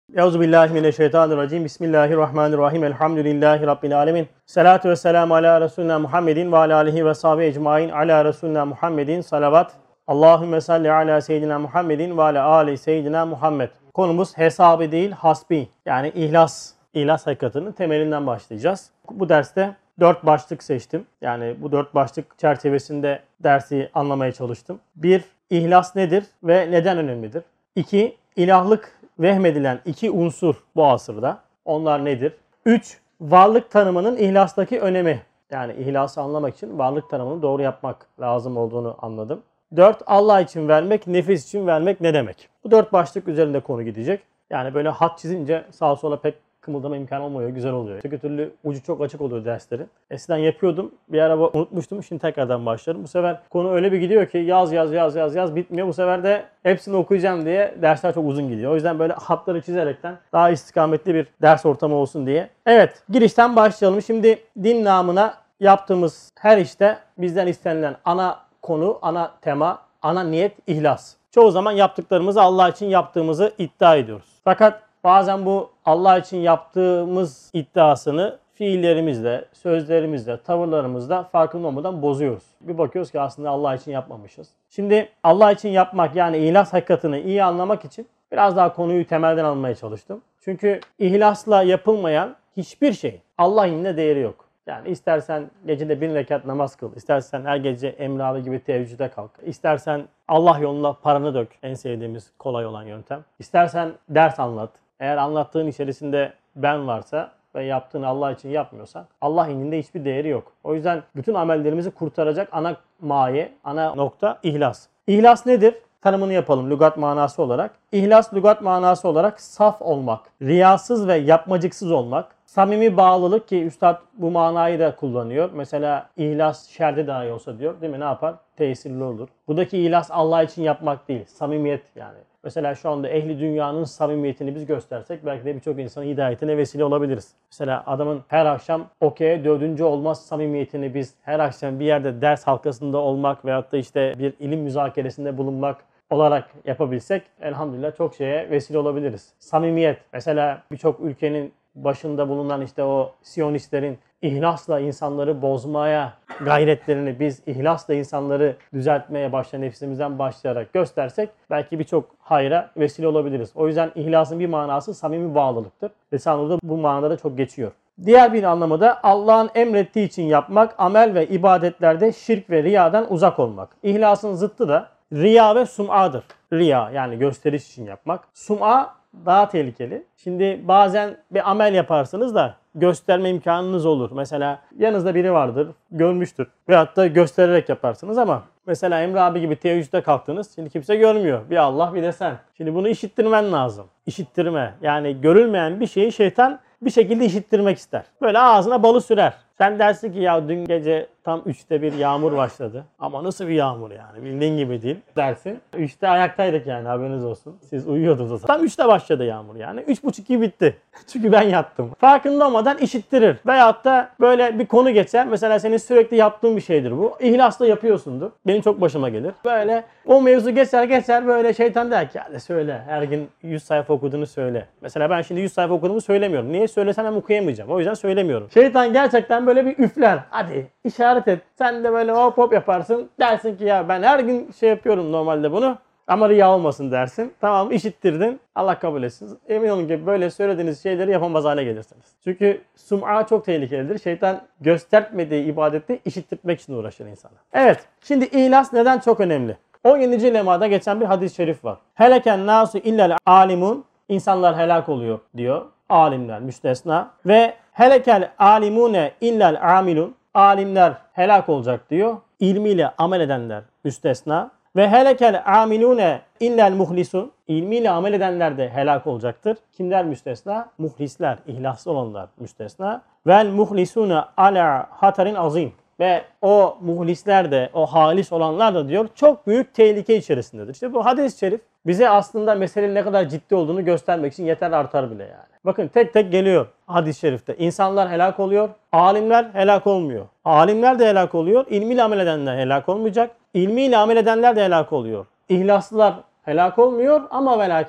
Euzubillahimineşşeytanirracim. Bismillahirrahmanirrahim. Elhamdülillahi Rabbil alemin. Salatu ve selamu ala Resulina Muhammedin ve ala alihi ve sahbihi ecmain. Ala Resulina Muhammedin salavat. Allahümme salli ala seyyidina Muhammedin ve ala ali seyyidina Muhammed. Konumuz hesabı değil, hasbi. Yani ihlas hakikatinin temelinden başlayacağız. Bu derste 4 başlık seçtim. Yani bu 4 başlık çerçevesinde dersi anlamaya çalıştım. 1. İhlas nedir ve neden önemlidir? 2. İlahlık vehmedilen 2 unsur bu asırda. Onlar nedir? 3. Varlık tanımının ihlastaki önemi. Yani ihlası anlamak için varlık tanımını doğru yapmak lazım olduğunu anladım. 4. Allah için vermek, nefis için vermek ne demek? Bu 4 başlık üzerinde konu gidecek. Yani böyle hat çizince sağa sola pek kımıldama imkanı olmuyor, güzel oluyor. Öteki türlü ucu çok açık oluyor dersleri. Eskiden yapıyordum, bir ara unutmuştum, şimdi tekrardan başlarım. Bu sefer konu öyle bir gidiyor ki yaz bitmiyor. Bu sefer de hepsini okuyacağım diye dersler çok uzun gidiyor. O yüzden böyle hatları çizerekten daha istikametli bir ders ortamı olsun diye. Evet, girişten başlayalım. Şimdi din namına yaptığımız her işte bizden istenilen ana konu, ana tema, ana niyet ihlas. Çoğu zaman yaptıklarımızı Allah için yaptığımızı iddia ediyoruz. Fakat bazen bu Allah için yaptığımız iddiasını fiillerimizle, sözlerimizle, tavırlarımızla farkında olmadan bozuyoruz. Bir bakıyoruz ki aslında Allah için yapmamışız. Şimdi Allah için yapmak yani ihlas hakikatini iyi anlamak için biraz daha konuyu temelden almaya çalıştım. Çünkü ihlasla yapılmayan hiçbir şey Allah indinde değeri yok. Yani istersen gecede 1000 rekat namaz kıl, istersen her gece Emre abi gibi teheccüde kalk, istersen Allah yolunda paranı dök, en sevdiğimiz kolay olan yöntem. İstersen ders anlat. Eğer anlattığın içerisinde ben varsa ve yaptığını Allah için yapmıyorsan Allah indinde hiçbir değeri yok. O yüzden bütün amellerimizi kurtaracak ana maye, ana nokta ihlas. İhlas nedir? Tanımını yapalım lügat manası olarak. İhlas lügat manası olarak saf olmak, riyasız ve yapmacıksız olmak, samimi bağlılık ki üstad bu manayı da kullanıyor. Mesela ihlas şerde dahi olsa diyor değil mi ne yapar? Tesirli olur. Buradaki ihlas Allah için yapmak değil, samimiyet yani. Mesela şu anda ehli dünyanın samimiyetini biz göstersek belki de birçok insanın hidayetine vesile olabiliriz. Mesela adamın her akşam okey'e 4. olmaz samimiyetini biz her akşam bir yerde ders halkasında olmak veyahut da işte bir ilim müzakeresinde bulunmak olarak yapabilsek elhamdülillah çok şeye vesile olabiliriz. Samimiyet. Mesela birçok ülkenin başında bulunan işte o Siyonistlerin ihlasla insanları bozmaya gayretlerini biz ihlasla insanları düzeltmeye nefsimizden başlayarak göstersek belki birçok hayra vesile olabiliriz. O yüzden ihlasın bir manası samimi bağlılıktır. Risale-i bu manada da çok geçiyor. Diğer bir anlamı da Allah'ın emrettiği için yapmak, amel ve ibadetlerde şirk ve riyadan uzak olmak. İhlasın zıttı da riya ve sum'adır. Riya yani gösteriş için yapmak. Sum'a daha tehlikeli. Şimdi bazen bir amel yaparsınız da gösterme imkanınız olur. Mesela yanınızda biri vardır, görmüştür. Veyahut da göstererek yaparsınız ama mesela Emre abi gibi teheccüde kalktınız. Şimdi kimse görmüyor. Bir Allah bir de sen. Şimdi bunu işittirmen lazım. İşittirme. Yani görülmeyen bir şeyi şeytan bir şekilde işittirmek ister. Böyle ağzına balı sürer. Sen dersin ki ya dün gece tam 3'te bir yağmur başladı. Ama nasıl bir yağmur yani bildiğin gibi değil dersin. 3'te ayaktaydık yani haberiniz olsun. Siz uyuyordunuz o zaman. Tam 3'te başladı yağmur yani. 3.30 gibi bitti. Çünkü ben yattım. Farkında olmadan işittirir. Veyahut da böyle bir konu geçer. Mesela senin sürekli yaptığın bir şeydir bu. İhlasla yapıyorsundur. Benim çok başıma gelir. Böyle o mevzu geçer böyle şeytan der ki hadi söyle. Her gün 100 sayfa okuduğunu söyle. Mesela ben şimdi 100 sayfa okuduğumu söylemiyorum. Niye? Söylesem hem okuyamayacağım. O yüzden söylemiyorum. Şeytan gerçekten böyle bir üfler. Hadi işaret et. Sen de böyle hop hop yaparsın. Dersin ki ya ben her gün şey yapıyorum normalde bunu. Ama riya olmasın dersin. Tamam işittirdin. Allah kabul etsin. Emin olun ki böyle söylediğiniz şeyleri yapamaz hale gelirsiniz. Çünkü sum'a çok tehlikelidir. Şeytan göstermediği ibadette işittirmek için uğraşır insana. Evet. Şimdi ihlas neden çok önemli? 17. lemada geçen bir hadis-i şerif var. Heleken nasu illel alimun. İnsanlar helak oluyor diyor. Alimler müstesna. Ve helekel alimune illel amilun. Alimler helak olacak diyor. İlmiyle amel edenler müstesna. Ve helekel amilune illel muhlisun. İlmiyle amel edenler de helak olacaktır. Kimler müstesna? Muhlisler, ihlaslı olanlar müstesna. Vel muhlisune ala hatarin azim. Ve o muhlisler de, o halis olanlar da diyor çok büyük tehlike içerisindedir. İşte bu hadis-i şerif bize aslında meselenin ne kadar ciddi olduğunu göstermek için yeter artar bile yani. Bakın tek tek geliyor hadis-i şerifte. İnsanlar helak oluyor, alimler helak olmuyor. Alimler de helak oluyor, ilmiyle amel edenler helak olmayacak. İlmiyle amel edenler de helak oluyor. İhlaslılar helak olmuyor ama ve lakin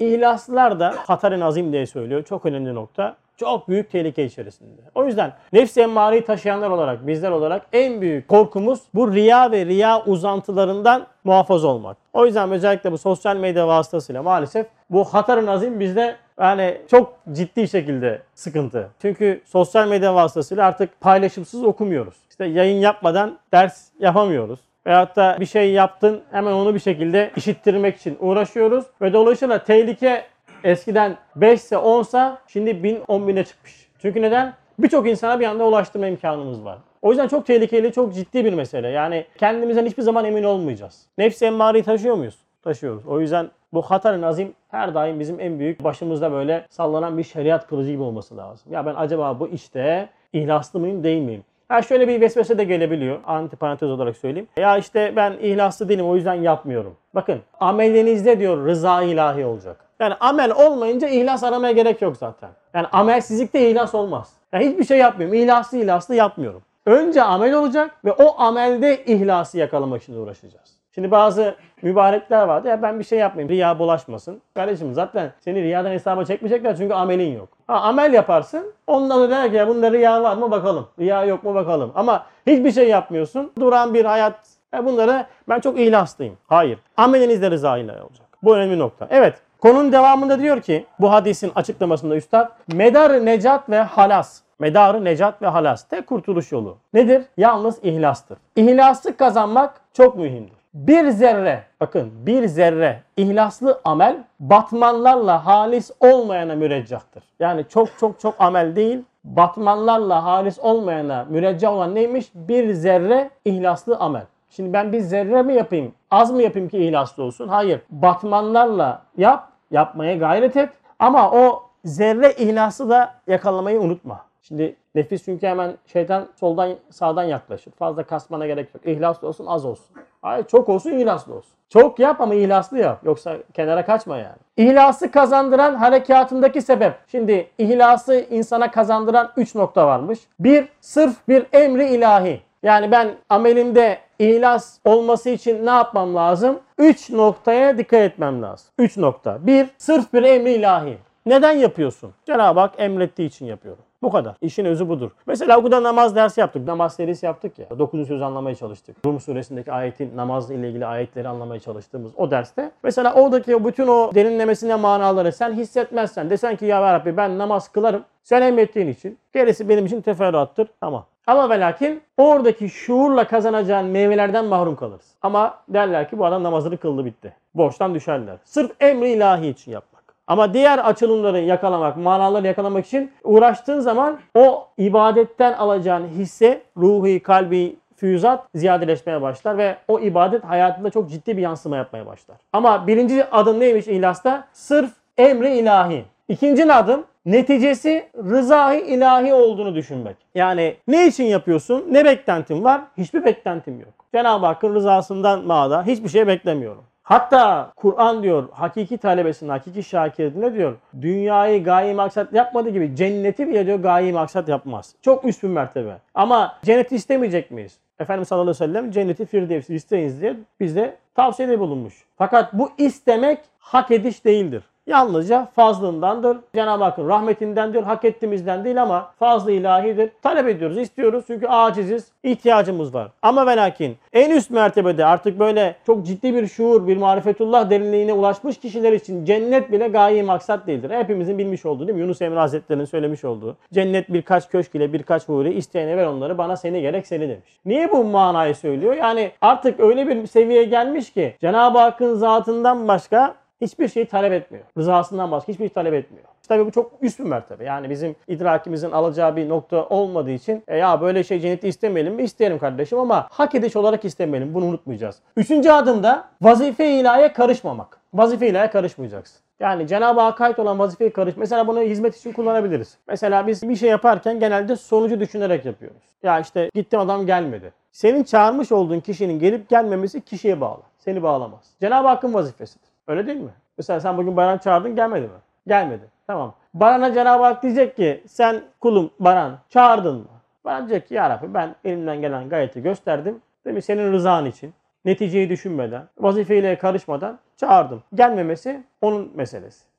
İhlaslılar da hatar-ı nazim diye söylüyor. Çok önemli nokta. Çok büyük tehlike içerisinde. O yüzden nefs-i emmareyi taşıyanlar olarak, bizler olarak en büyük korkumuz bu riya ve riya uzantılarından muhafaza olmak. O yüzden özellikle bu sosyal medya vasıtasıyla maalesef bu hatar-ı nazim bizde yani çok ciddi şekilde sıkıntı. Çünkü sosyal medya vasıtasıyla artık paylaşımsız okumuyoruz. İşte yayın yapmadan ders yapamıyoruz. Veyahut da bir şey yaptın hemen onu bir şekilde işittirmek için uğraşıyoruz. Ve dolayısıyla tehlike eskiden 5 ise 10 ise şimdi 1000 10.000'e çıkmış. Çünkü neden? Birçok insana bir anda ulaştırma imkanımız var. O yüzden çok tehlikeli, çok ciddi bir mesele. Yani kendimizden hiçbir zaman emin olmayacağız. Nefs-i emmareyi taşıyor muyuz? Taşıyoruz. O yüzden bu hatar-ı nazim her daim bizim en büyük başımızda böyle sallanan bir şeriat kılıcı gibi olması lazım. Ya ben acaba bu işte ihlaslı mıyım değil miyim? Şöyle bir vesvese de gelebiliyor. Antiparantez olarak söyleyeyim. Ya işte ben ihlaslı değilim o yüzden yapmıyorum. Bakın amelinizde diyor rıza ilahi olacak. Yani amel olmayınca ihlas aramaya gerek yok zaten. Yani amelsizlikte ihlas olmaz. Yani hiçbir şey yapmıyorum. İhlaslı yapmıyorum. Önce amel olacak ve o amelde ihlası yakalamak için uğraşacağız. Şimdi bazı mübarekler vardı ya ben bir şey yapmayayım riya bulaşmasın. Kardeşim zaten seni riyadan hesaba çekmeyecekler çünkü amelin yok. Amel yaparsın ondan da der ki ya bunda riya var mı bakalım. Riya yok mu bakalım. Ama hiçbir şey yapmıyorsun. Duran bir hayat. Bunları ben çok ihlaslıyım. Hayır. Amelinizde rıza ilahi olacak. Bu önemli nokta. Evet. Konunun devamında diyor ki bu hadisin açıklamasında üstad medar necat ve halas. Medarı necat ve halas. Tek kurtuluş yolu. Nedir? Yalnız ihlastır. İhlası kazanmak çok mühimdir. Bir zerre, bakın bir zerre ihlaslı amel batmanlarla halis olmayana müreccahtır. Yani çok amel değil, batmanlarla halis olmayana müreccah olan neymiş? Bir zerre ihlaslı amel. Şimdi ben bir zerre mi yapayım, az mı yapayım ki ihlaslı olsun? Hayır. Batmanlarla yapmaya gayret et ama o zerre ihlası da yakalamayı unutma. Şimdi nefis çünkü hemen şeytan soldan sağdan yaklaşır. Fazla kasmana gerek yok. İhlaslı olsun az olsun. Hayır çok olsun ihlaslı olsun. Çok yap ama ihlaslı yap. Yoksa kenara kaçma yani. İhlası kazandıran harekatındaki sebep. Şimdi ihlası insana kazandıran 3 nokta varmış. Bir, sırf bir emri ilahi. Yani ben amelimde ihlas olması için ne yapmam lazım? 3 noktaya dikkat etmem lazım. 3 nokta. Bir, sırf bir emri ilahi. Neden yapıyorsun? Cenab-ı Hak emrettiği için yapıyorum. Bu kadar. İşin özü budur. Mesela okulda namaz dersi yaptık. Namaz serisi yaptık ya. 9. söz anlamaya çalıştık. Rum suresindeki ayetin namazla ile ilgili ayetleri anlamaya çalıştığımız o derste. Mesela oradaki bütün o derinlemesine manaları sen hissetmezsen desen ki ya Rabbi ben namaz kılarım. Sen emrettiğin için. Gerisi benim için teferruattır. Tamam. Ama ve lakin oradaki şuurla kazanacağın meyvelerden mahrum kalırız. Ama derler ki bu adam namazını kıldı bitti. Borçtan düşerler. Sırf emri ilahi için yapmak. Ama diğer açılımları yakalamak, manaları yakalamak için uğraştığın zaman o ibadetten alacağın hisse, ruhi, kalbi, füyüzat ziyadeleşmeye başlar ve o ibadet hayatında çok ciddi bir yansıma yapmaya başlar. Ama birinci adım neymiş ihlasta? Sırf emri ilahi. İkinci adım neticesi rızayı ilahi olduğunu düşünmek. Yani ne için yapıyorsun? Ne beklentin var? Hiçbir beklentim yok. Cenab-ı Hakk'ın rızasından mağda hiçbir şey beklemiyorum. Hatta Kur'an diyor hakiki talebesine, hakiki şakirine diyor dünyayı gaye maksat yapmadığı gibi cenneti bile diyor gaye maksat yapmaz. Çok üst bir mertebe. Ama cenneti istemeyecek miyiz? Efendimiz sallallahu aleyhi ve sellem cenneti firdevsi isteyiniz diye bizde tavsiyede bulunmuş. Fakat bu istemek hak ediş değildir. Yalnızca fazlındandır. Cenab-ı Hakk'ın rahmetindendir. Hak ettiğimizden değil ama fazla ilahidir. Talep ediyoruz, istiyoruz çünkü aciziz, ihtiyacımız var. Ama ve lakin en üst mertebede artık böyle çok ciddi bir şuur, bir marifetullah derinliğine ulaşmış kişiler için cennet bile gaye maksat değildir. Hepimizin bilmiş olduğu değil mi? Yunus Emre Hazretleri'nin söylemiş olduğu. Cennet birkaç köşk ile birkaç huri isteyene ver onları bana seni gerek seni demiş. Niye bu manayı söylüyor? Yani artık öyle bir seviyeye gelmiş ki Cenab-ı Hakk'ın zatından başka hiçbir şeyi talep etmiyor. Rızasından başka hiçbir şey talep etmiyor. Tabii bu çok üst bir mertebe. Yani bizim idrakimizin alacağı bir nokta olmadığı için ya böyle şey cenneti istemeyelim mi? İsteyelim kardeşim ama hak ediş olarak istemeyelim. Bunu unutmayacağız. Üçüncü adımda vazife-i ilahiye karışmamak. Vazife-i ilahiye karışmayacaksın. Yani Cenab-ı Hakk'a ait olan vazifeyi mesela bunu hizmet için kullanabiliriz. Mesela biz bir şey yaparken genelde sonucu düşünerek yapıyoruz. Ya işte gittim adam gelmedi. Senin çağırmış olduğun kişinin gelip gelmemesi kişiye bağlı. Seni bağlamaz. Cenab-ı Hakk'ın vazifesidir. Öyle değil mi? Mesela sen bugün Baran çağırdın gelmedi mi? Gelmedi. Tamam. Baran'a Cenab-ı Hak diyecek ki sen kulum Baran çağırdın mı? Baran diyecek ki ya Rabbi ben elimden gelen gayreti gösterdim. Değil mi? Senin rızan için. Neticeyi düşünmeden, vazifeyle karışmadan çağırdım. Gelmemesi onun meselesi.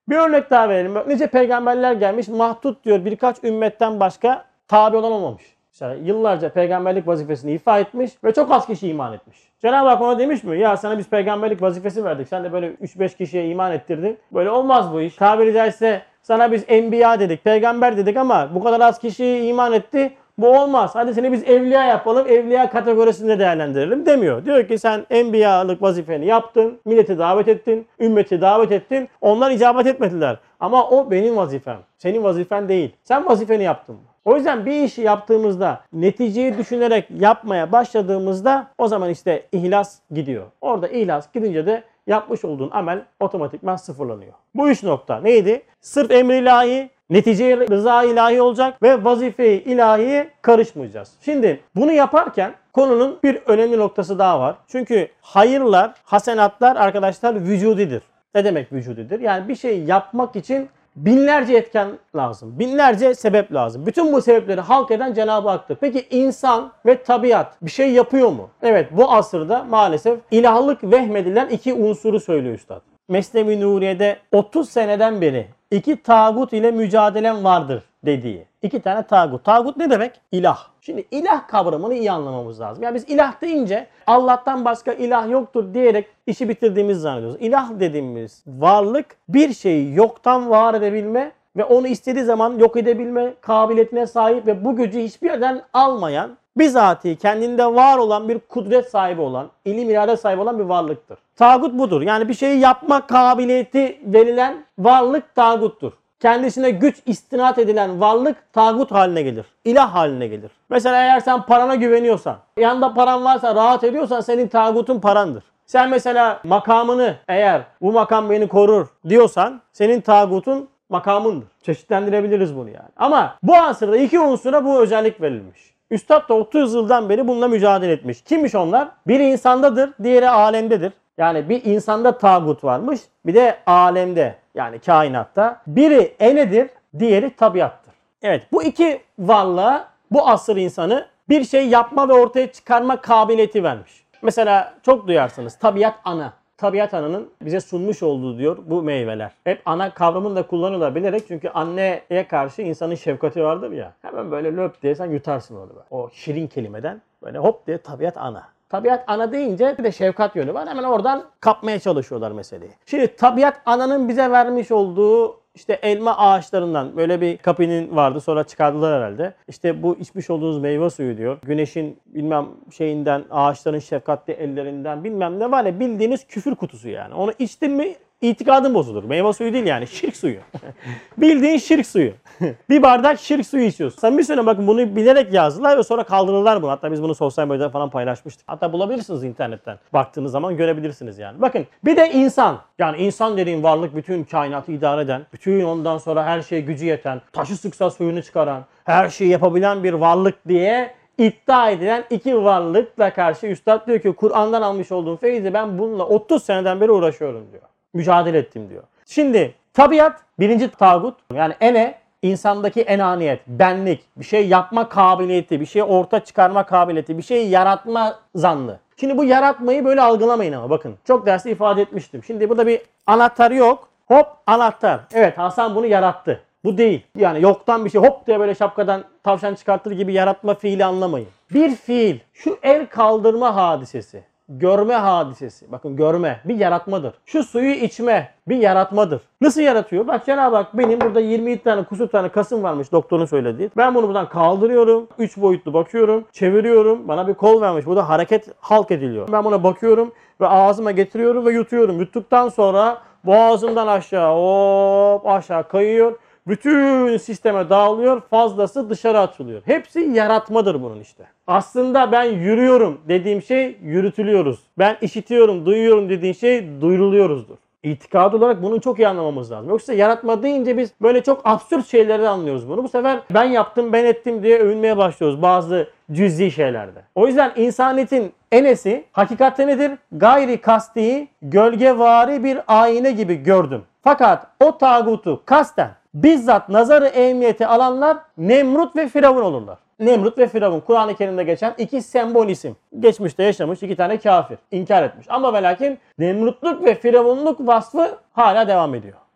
Bir örnek daha verelim. Nice peygamberler gelmiş, mahdut diyor birkaç ümmetten başka tabi olan olmamış. Mesela yıllarca peygamberlik vazifesini ifa etmiş ve çok az kişi iman etmiş. Cenab-ı Hak ona demiş mi? Ya sana biz peygamberlik vazifesi verdik. Sen de böyle 3-5 kişiye iman ettirdin. Böyle olmaz bu iş. Tabiri caizse sana biz enbiya dedik, peygamber dedik ama bu kadar az kişi iman etti. Bu olmaz. Hadi seni biz evliya yapalım, evliya kategorisinde değerlendirelim demiyor. Diyor ki sen enbiyalık vazifeni yaptın, milleti davet ettin, ümmeti davet ettin. Onlar icabet etmediler. Ama o benim vazifem. Senin vazifen değil. Sen vazifeni yaptın. O yüzden bir işi yaptığımızda, neticeyi düşünerek yapmaya başladığımızda o zaman işte ihlas gidiyor. Orada ihlas gidince de yapmış olduğun amel otomatikman sıfırlanıyor. Bu üç nokta neydi? Sırf emri ilahi, neticeye rıza ilahi olacak ve vazife-i ilahiye karışmayacağız. Şimdi bunu yaparken konunun bir önemli noktası daha var. Çünkü hayırlar, hasenatlar arkadaşlar vücudidir. Ne demek vücudidir? Yani bir şey yapmak için binlerce etken lazım. Binlerce sebep lazım. Bütün bu sebepleri halk eden Cenab-ı Hak'tır. Peki insan ve tabiat bir şey yapıyor mu? Evet, bu asırda maalesef ilahlık vehmedilen iki unsuru söylüyor Üstad. Mesnevi Nuriye'de 30 seneden beri iki tağut ile mücadelem vardır dediği. İki tane tağut. Tağut ne demek? İlah. Şimdi ilah kavramını iyi anlamamız lazım. Yani biz ilah deyince Allah'tan başka ilah yoktur diyerek işi bitirdiğimizi zannediyoruz. İlah dediğimiz varlık bir şeyi yoktan var edebilme ve onu istediği zaman yok edebilme kabiliyetine sahip ve bu gücü hiçbir yerden almayan, bizatihi kendinde var olan bir kudret sahibi olan, ilim irade sahibi olan bir varlıktır. Tağut budur. Yani bir şeyi yapma kabiliyeti verilen varlık tağuttur. Kendisine güç istinat edilen varlık tağut haline gelir. İlah haline gelir. Mesela eğer sen parana güveniyorsan, yanında paran varsa rahat ediyorsan senin tağutun parandır. Sen mesela makamını eğer bu makam beni korur diyorsan senin tağutun makamındır. Çeşitlendirebiliriz bunu yani. Ama bu asırda iki unsura bu özellik verilmiş. Üstad da 30 yıldan beri bununla mücadele etmiş. Kimmiş onlar? Biri insandadır, diğeri alemdedir. Yani bir insanda tağut varmış, bir de alemde yani kainatta. Biri enedir, diğeri tabiattır. Evet, bu iki varlığa bu asır insanı bir şey yapma ve ortaya çıkarma kabiliyeti vermiş. Mesela çok duyarsınız tabiat ana. Tabiat ananın bize sunmuş olduğu diyor bu meyveler. Hep ana kavramını da kullanıyorlar bilerek çünkü anneye karşı insanın şefkati vardır ya. Hemen böyle löp diye sen yutarsın onu. O şirin kelimeden böyle hop diye tabiat ana. Tabiat ana deyince bir de şefkat yönü var. Hemen oradan kapmaya çalışıyorlar meseleyi. Şimdi tabiat ananın bize vermiş olduğu işte elma ağaçlarından böyle bir kapinin vardı sonra çıkardılar herhalde. İşte bu içmiş olduğunuz meyve suyu diyor. Güneşin bilmem şeyinden, ağaçların şefkatli ellerinden bilmem ne var ya bildiğiniz küfür kutusu yani. Onu içtin mi itikadın bozulur. Meyve suyu değil yani şirk suyu. Bildiğin şirk suyu. Bir bardak şirk suyu içiyorsun. Samimi söylüyorum bakın bunu bilerek yazdılar ve sonra kaldırdılar bunu. Hatta biz bunu sosyal medyada falan paylaşmıştık. Hatta bulabilirsiniz internetten. Baktığınız zaman görebilirsiniz yani. Bakın bir de insan. Yani insan dediğin varlık bütün kainatı idare eden, bütün ondan sonra her şeye gücü yeten, taşı sıksa suyunu çıkaran, her şeyi yapabilen bir varlık diye iddia edilen iki varlıkla karşı Üstad diyor ki Kur'an'dan almış olduğum feyzi ben bununla 30 seneden beri uğraşıyorum diyor. Mücadele ettim diyor. Şimdi tabiat birinci tağut yani ene insandaki enaniyet, benlik, bir şey yapma kabiliyeti, bir şeyi orta çıkarma kabiliyeti, bir şeyi yaratma zannı. Şimdi bu yaratmayı böyle algılamayın ama bakın. Çok derste ifade etmiştim. Şimdi burada bir anahtar yok. Hop anahtar. Evet Hasan bunu yarattı. Bu değil. Yani yoktan bir şey hop diye böyle şapkadan tavşan çıkartır gibi yaratma fiili anlamayın. Bir fiil, şu el kaldırma hadisesi, görme hadisesi. Bakın görme bir yaratmadır. Şu suyu içme bir yaratmadır. Nasıl yaratıyor? Bak Cenab-ı Hak benim burada 27 tane kusur tane kasım varmış doktorun söylediği. Ben bunu buradan kaldırıyorum. 3 boyutlu bakıyorum. Çeviriyorum. Bana bir kol vermiş. Burada hareket halk ediliyor. Ben buna bakıyorum ve ağzıma getiriyorum ve yutuyorum. Yuttuktan sonra boğazımdan aşağı hop aşağı kayıyor. Bütün sisteme dağılıyor. Fazlası dışarı atılıyor. Hepsi yaratmadır bunun işte. Aslında ben yürüyorum dediğim şey yürütülüyoruz. Ben işitiyorum, duyuyorum dediğin şey duyuruluyoruzdur. İtikad olarak bunu çok iyi anlamamız lazım. Yoksa yaratma deyince biz böyle çok absürt şeyleri anlıyoruz bunu. Bu sefer ben yaptım, ben ettim diye övünmeye başlıyoruz bazı cüz'i şeylerde. O yüzden insaniyetin enesi hakikatte nedir? Gayri kasti, gölgevari bir ayna gibi gördüm. Fakat o tağutu kasten bizzat nazarı ehemmiyeti alanlar Nemrut ve Firavun olurlar. Nemrut ve Firavun Kur'an-ı Kerim'de geçen iki sembol isim. Geçmişte yaşamış iki tane kafir. İnkar etmiş. Ama ve lakin Nemrutluk ve Firavunluk vasfı hala devam ediyor.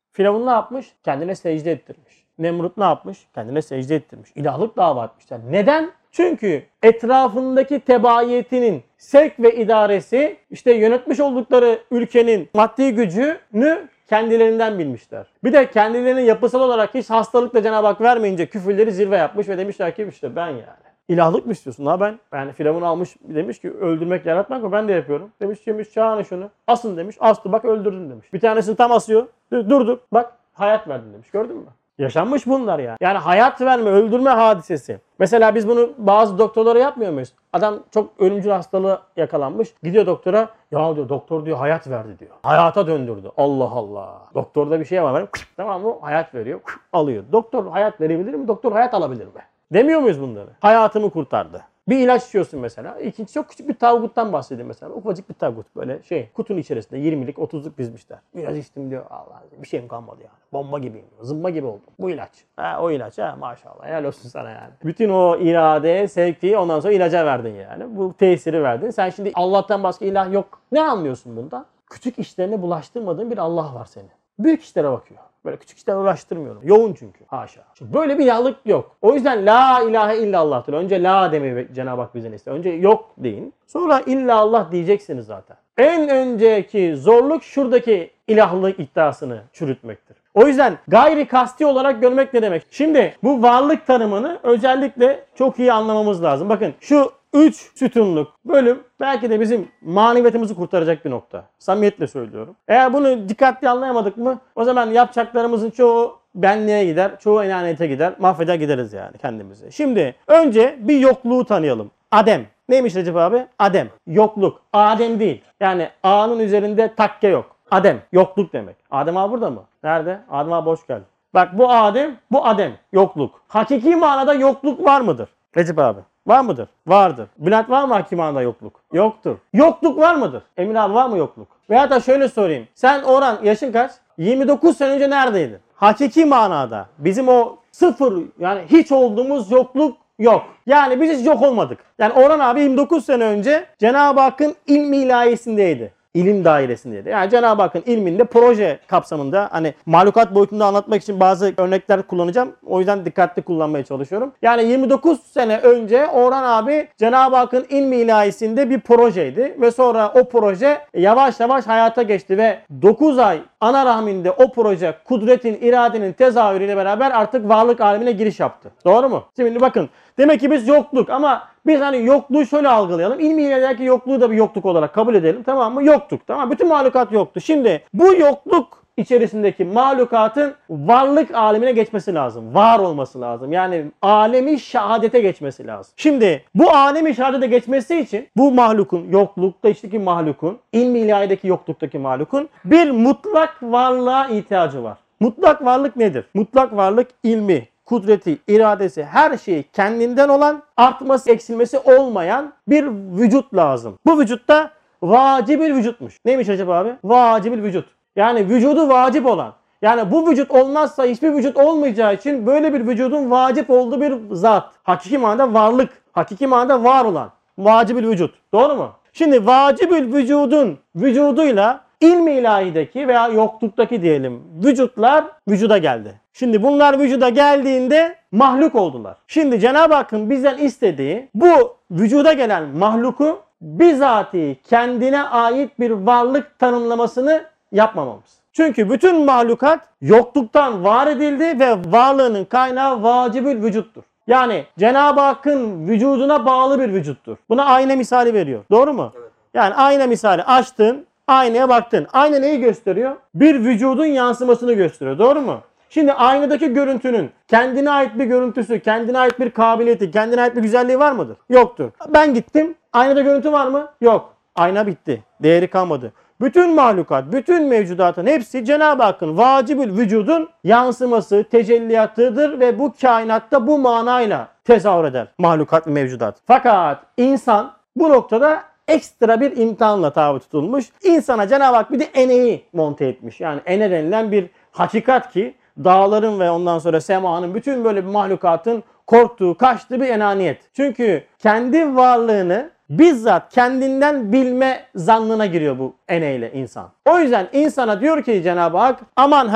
Firavun ne yapmış? Kendine secde ettirmiş. Nemrut ne yapmış? Kendine secde ettirmiş. İlahlık dava etmişler. Neden? Çünkü etrafındaki tebaiyetinin sevk ve idaresi işte yönetmiş oldukları ülkenin maddi gücünü kendilerinden bilmişler. Bir de kendilerine yapısal olarak hiç hastalık da Cenab-ı Hak vermeyince küfürleri zirve yapmış ve demişler ki işte ben yani. İlahlık mı istiyorsun? Ha ben? Yani Firavun almış demiş ki öldürmek yaratmak mı? Ben de yapıyorum. Demiş çağırın şunu. Asın demiş. Astı bak öldürdün demiş. Bir tanesini tam asıyor. Durdu. Bak hayat verdin demiş. Gördün mü? Yaşanmış bunlar yani. Yani hayat verme, öldürme hadisesi. Mesela biz bunu bazı doktorlara yapmıyor muyuz? Adam çok ölümcül hastalığı yakalanmış. Gidiyor doktora. Ya diyor doktor diyor hayat verdi diyor. Hayata döndürdü. Allah Allah. Doktorda bir şey var. Tamam mı? Hayat veriyor. Alıyor. Doktor hayat verebilir mi? Doktor hayat alabilir mi? Demiyor muyuz bunları? Hayatımı kurtardı. Bir ilaç içiyorsun mesela. İkinci çok küçük bir tavuktan bahsedeyim mesela. Ufacık bir tavuk böyle kutunun içerisinde 20'lik 30'luk dizmişler. İlaç içtim diyor. Allah bir şeyim kalmadı yani. Bomba gibiyim. Zımba gibi oldum. Bu ilaç. O ilaç maşallah. Helal olsun sana yani. Bütün o irade, sevkiyi ondan sonra ilaca verdin yani. Bu tesiri verdin. Sen şimdi Allah'tan başka ilah yok. Ne anlıyorsun bundan? Küçük işlerine bulaştırmadığın bir Allah var senin. Büyük işlere bakıyor. Böyle küçük işlerle uğraştırmıyorum. Yoğun çünkü. Haşa. Şimdi böyle bir ilahlık yok. O yüzden la ilahe illallah'tır. Önce la demeyi Cenab-ı Hak bizden istiyor. Önce yok deyin. Sonra illallah diyeceksiniz zaten. En önceki zorluk şuradaki ilahlık iddiasını çürütmektir. O yüzden gayri kasti olarak görmek ne demek? Şimdi bu varlık tanımını özellikle çok iyi anlamamız lazım. Bakın şu 3 sütunluk bölüm belki de bizim maneviyatımızı kurtaracak bir nokta. Samimiyetle söylüyorum. Eğer bunu dikkatli anlayamadık mı o zaman yapacaklarımızın çoğu benliğe gider, çoğu enaniyete gider, mahveder gideriz yani kendimizi. Şimdi önce bir yokluğu tanıyalım. Adem. Neymiş Recep abi? Adem. Yokluk. Adem değil. Yani A'nın üzerinde takke yok. Adem. Yokluk demek. Adem abi burada mı? Nerede? Adem abi hoş geldin. Bak bu Adem, bu Adem. Yokluk. Hakiki manada yokluk var mıdır? Recep abi. Var mıdır? Vardır. Bülent var mı hakiki manada yokluk? Yoktur. Yokluk var mıdır? Emin abi var mı yokluk? Veya da şöyle sorayım. Sen Orhan yaşın kaç? 29 sene önce neredeydin? Hakiki manada bizim o sıfır yani hiç olduğumuz yokluk yok. Yani biz hiç yok olmadık. Yani Orhan abi 29 sene önce Cenab-ı Hakk'ın ilmi ilahiyesindeydi. İlim dairesindeydi. Yani Cenab-ı Hakk'ın ilminde proje kapsamında hani mahlukat boyutunda anlatmak için bazı örnekler kullanacağım. O yüzden dikkatli kullanmaya çalışıyorum. Yani 29 sene önce Orhan abi Cenab-ı Hakk'ın ilmi ilahisinde bir projeydi. Ve sonra o proje yavaş yavaş hayata geçti ve 9 ay ana rahminde o proje kudretin, iradenin tezahürüyle beraber artık varlık alemine giriş yaptı. Doğru mu? Şimdi bakın demek ki biz yokluk ama biz hani yokluğu şöyle algılayalım. İlmi ilahideki yokluğu da bir yokluk olarak kabul edelim. Tamam mı? Yoktuk. Tamam. Bütün mahlukat yoktu. Şimdi bu yokluk içerisindeki mahlukatın varlık alemine geçmesi lazım. Var olması lazım. Yani alemi şehadete geçmesi lazım. Şimdi bu alemi şehadete geçmesi için bu mahlukun, yoklukta içteki mahlukun, ilmi ilahideki yokluktaki mahlukun bir mutlak varlığa ihtiyacı var. Mutlak varlık nedir? Mutlak varlık ilmi, kudreti, iradesi, her şeyi kendinden olan, artması, eksilmesi olmayan bir vücut lazım. Bu vücutta vacibül vücutmuş. Neymiş Recep abi? Vacibül vücut. Yani vücudu vacip olan. Yani bu vücut olmazsa hiçbir vücut olmayacağı için böyle bir vücudun vacip olduğu bir zat. Hakiki manada varlık. Hakiki manada var olan. Vacibül vücut. Doğru mu? Şimdi vacibül vücudun vücuduyla İlmi ilahideki veya yokluktaki diyelim vücutlar vücuda geldi. Şimdi bunlar vücuda geldiğinde mahluk oldular. Şimdi Cenab-ı Hakk'ın bizden istediği bu vücuda gelen mahluku bizatihi kendine ait bir varlık tanımlamasını yapmamamız. Çünkü bütün mahlukat yokluktan var edildi ve varlığının kaynağı vacibül vücuttur. Yani Cenab-ı Hakk'ın vücuduna bağlı bir vücuttur. Buna ayna misali veriyor. Doğru mu? Evet. Yani ayna misali açtın, aynaya baktın. Ayna neyi gösteriyor? Bir vücudun yansımasını gösteriyor. Doğru mu? Şimdi aynadaki görüntünün kendine ait bir görüntüsü, kendine ait bir kabiliyeti, kendine ait bir güzelliği var mıdır? Yoktur. Ben gittim. Aynada görüntü var mı? Yok. Ayna bitti. Değeri kalmadı. Bütün mahlukat, bütün mevcudatın hepsi Cenab-ı Hakk'ın vacibül vücudun yansıması, tecelliyatıdır ve bu kainatta bu manayla tezahür eder mahlukat ve mevcudat. Fakat insan bu noktada ekstra bir imtihanla tabi tutulmuş. İnsana Cenab-ı Hak bir de eneyi monte etmiş. Yani ene denilen bir hakikat ki dağların ve ondan sonra semanın bütün böyle bir mahlukatın korktuğu, kaçtığı bir enaniyet. Çünkü kendi varlığını bizzat kendinden bilme zannına giriyor bu eneyle insan. O yüzden insana diyor ki Cenab-ı Hak aman ha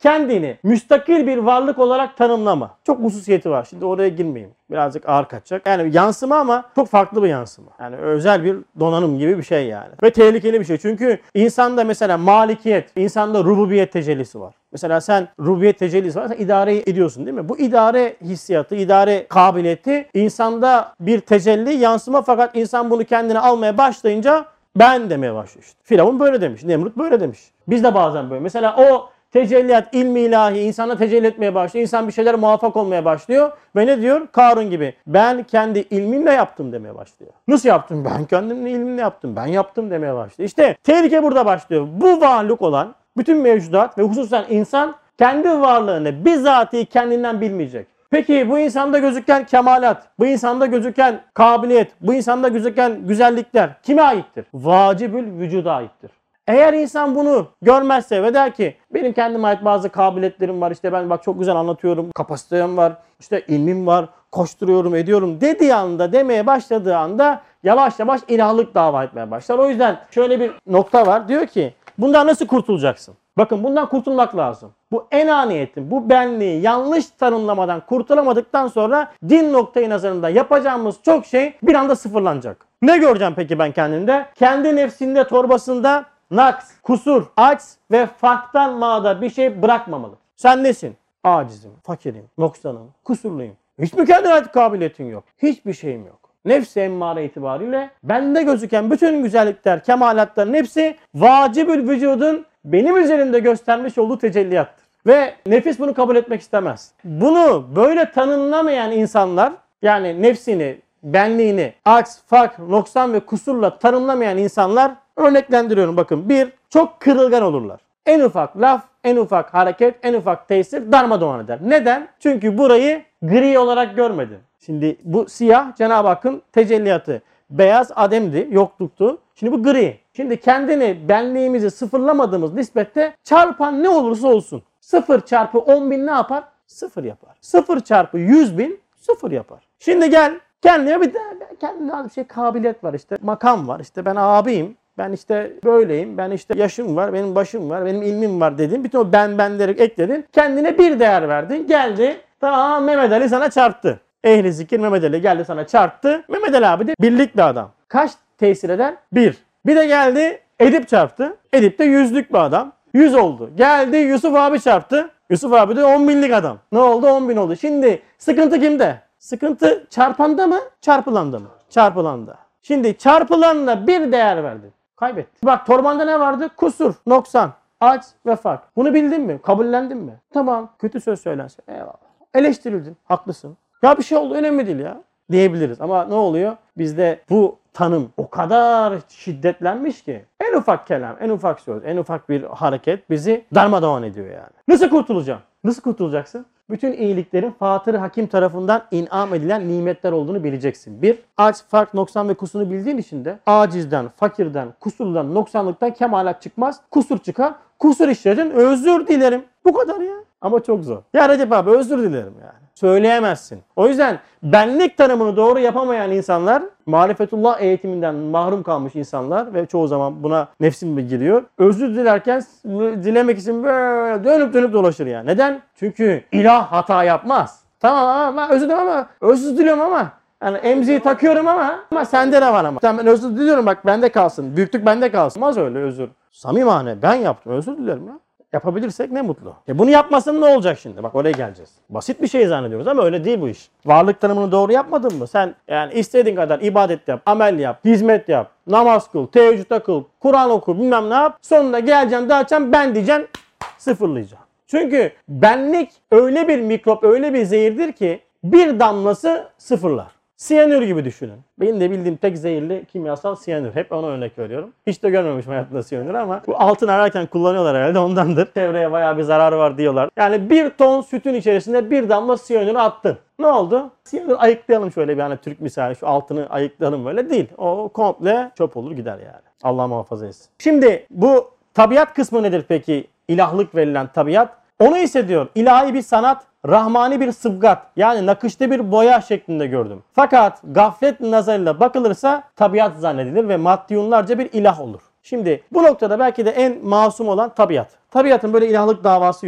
kendini müstakil bir varlık olarak tanımlama. Çok hususiyeti var. Şimdi oraya girmeyeyim. Birazcık ağır kaçacak. Yani yansıma ama çok farklı bir yansıma. Yani özel bir donanım gibi bir şey yani. Ve tehlikeli bir şey. Çünkü insanda mesela malikiyet, insanda rububiyet tecellisi var. Mesela sen rububiyet tecellisi var, sen idare ediyorsun değil mi? Bu idare hissiyatı, idare kabiliyeti insanda bir tecelli, yansıma, fakat insan bunu kendine almaya başlayınca ben demeye başlıyor işte. Firavun böyle demiş, Nemrut böyle demiş. Biz de bazen böyle. Mesela o tecelliyat, ilmi ilahi insana tecelli etmeye başlıyor. İnsan bir şeylere muvaffak olmaya başlıyor. Ve ne diyor? Karun gibi. Ben kendi ilmimle yaptım demeye başlıyor. Nasıl yaptım? Ben kendim ilmimle yaptım. Ben yaptım demeye başlıyor. İşte tehlike burada başlıyor. Bu varlık olan bütün mevcudat ve hususen insan kendi varlığını bizatihi kendinden bilmeyecek. Peki bu insanda gözüken kemalat, bu insanda gözüken kabiliyet, bu insanda gözüken güzellikler kime aittir? Vacibül vücuda aittir. Eğer insan bunu görmezse ve der ki benim kendime ait bazı kabiliyetlerim var, işte ben bak çok güzel anlatıyorum, kapasitem var, işte ilmim var, koşturuyorum, ediyorum dediği anda, demeye başladığı anda yavaş yavaş ilahlık dava etmeye başlar. O yüzden şöyle bir nokta var, diyor ki bundan nasıl kurtulacaksın? Bakın bundan kurtulmak lazım. Bu enaniyetin, bu benliği yanlış tanımlamadan kurtulamadıktan sonra din noktayı nazarında yapacağımız çok şey bir anda sıfırlanacak. Ne göreceğim peki ben kendimde? Kendi nefsinde, torbasında naks, kusur, aç ve farktan mağda bir şey bırakmamalı. Sen nesin? Acizim, fakirim, noksanım, kusurluyum. Hiç mi kendine ait kabiliyetin yok? Hiçbir şeyim yok. Nefs-i emmare itibariyle bende gözüken bütün güzellikler, kemalatların hepsi vacibül vücudun benim üzerimde göstermiş olduğu tecelliyattır. Ve nefis bunu kabul etmek istemez. Bunu böyle tanımlamayan insanlar, yani nefsini, benliğini, aks, fark, noksan ve kusurla tanımlamayan insanlar, örneklendiriyorum bakın. Bir, çok kırılgan olurlar. En ufak laf, en ufak hareket, en ufak tesir darmadağın eder. Neden? Çünkü burayı gri olarak görmedi. Şimdi bu siyah Cenab-ı Hakk'ın tecelliyatı. Beyaz ademdi, yokluktu. Şimdi bu gri. Şimdi kendini, benliğimizi sıfırlamadığımız nispette çarpan ne olursa olsun. 0 çarpı 10.000 ne yapar? 0 yapar. 0 çarpı 100.000 0 yapar. Şimdi gel kendime kendime bir şey kabiliyet var işte. Makam var işte, ben abiyim. Ben işte böyleyim, ben işte yaşım var, benim başım var, benim ilmim var dedin. Bütün o benleri ekledin. Kendine bir değer verdin. Geldi, tamam, Mehmet Ali sana çarptı. Ehli zikir Mehmet Ali geldi sana çarptı. Mehmet Ali abi de birlik bir adam. Kaç tesir eder? 1. Bir de geldi Edip çarptı. Edip de 100'lük bir adam. 100 oldu. Geldi Yusuf abi çarptı. Yusuf abi de 10.000'lik adam. Ne oldu? 10.000 oldu. Şimdi sıkıntı kimde? Sıkıntı çarpanda mı? Çarpılanda mı? Çarpılanda. Şimdi çarpılanla bir değer verdin. Kaybetti. Bak torbanda ne vardı? Kusur, noksan, aç ve fark. Bunu bildin mi? Kabullendin mi? Tamam. Kötü söz söylense. Eyvallah. Eleştirildin. Haklısın. Ya bir şey oldu, önemli değil ya diyebiliriz. Ama ne oluyor? Bizde bu tanım o kadar şiddetlenmiş ki en ufak kelam, en ufak söz, en ufak bir hareket bizi darmadağın ediyor yani. Nasıl kurtulacağım? Nasıl kurtulacaksın? Bütün iyiliklerin Fatır Hakim tarafından inam edilen nimetler olduğunu bileceksin. Bir, aç, fark, noksan ve kusurunu bildiğin için de acizden, fakirden, kusurdan, noksanlıktan kemalat çıkmaz. Kusur çıkar. Kusur işledin, özür dilerim. Bu kadar ya. Ama çok zor. Ya Recep abi özür dilerim yani. Söyleyemezsin. O yüzden benlik tanımını doğru yapamayan insanlar, marifetullah eğitiminden mahrum kalmış insanlar ve çoğu zaman buna nefsim giriyor. Özür dilerken dilemek için böyle dönüp dolaşır yani. Neden? Çünkü ilah hata yapmaz. Tamam ama özür dilerim ama özür diliyorum ama yani emziği takıyorum ama sende ne var ama. Tamam, ben özür diliyorum, bak bende kalsın. Büyüklük bende kalsın. Olmaz öyle özür. Samimane ben yaptım, özür dilerim ya. Yapabilirsek ne mutlu. Bunu yapmasın ne olacak şimdi? Bak oraya geleceğiz. Basit bir şey zannediyoruz ama öyle değil bu iş. Varlık tanımını doğru yapmadın mı? Sen yani istediğin kadar ibadet yap, amel yap, hizmet yap, namaz kıl, teheccüd kıl, Kur'an oku, bilmem ne yap. Sonunda geleceksin, dağıtacaksın, ben diyeceksin, sıfırlayacaksın. Çünkü benlik öyle bir mikrop, öyle bir zehirdir ki bir damlası sıfırlar. Siyanür gibi düşünün. Benim de bildiğim tek zehirli kimyasal siyanür. Hep ona örnek veriyorum. Hiç de görmemişim hayatımda siyanür ama bu altın ararken kullanıyorlar herhalde, ondandır. Çevreye bayağı bir zararı var diyorlar. Yani 1 ton sütün içerisinde bir damla siyanürü attın. Ne oldu? Siyanür ayıklayalım şöyle bir, hani Türk misali, şu altını ayıklayalım, böyle değil. O komple çöp olur gider yani. Allah muhafaza etsin. Şimdi bu tabiat kısmı nedir peki? İlahlık verilen tabiat. Onu ise diyor ilahi bir sanat, rahmani bir sıbgat, yani nakışlı bir boya şeklinde gördüm. Fakat gaflet nazarıyla bakılırsa tabiat zannedilir ve maddiyunlarca bir ilah olur. Şimdi bu noktada belki de en masum olan tabiat. Tabiatın böyle ilahlık davası yok.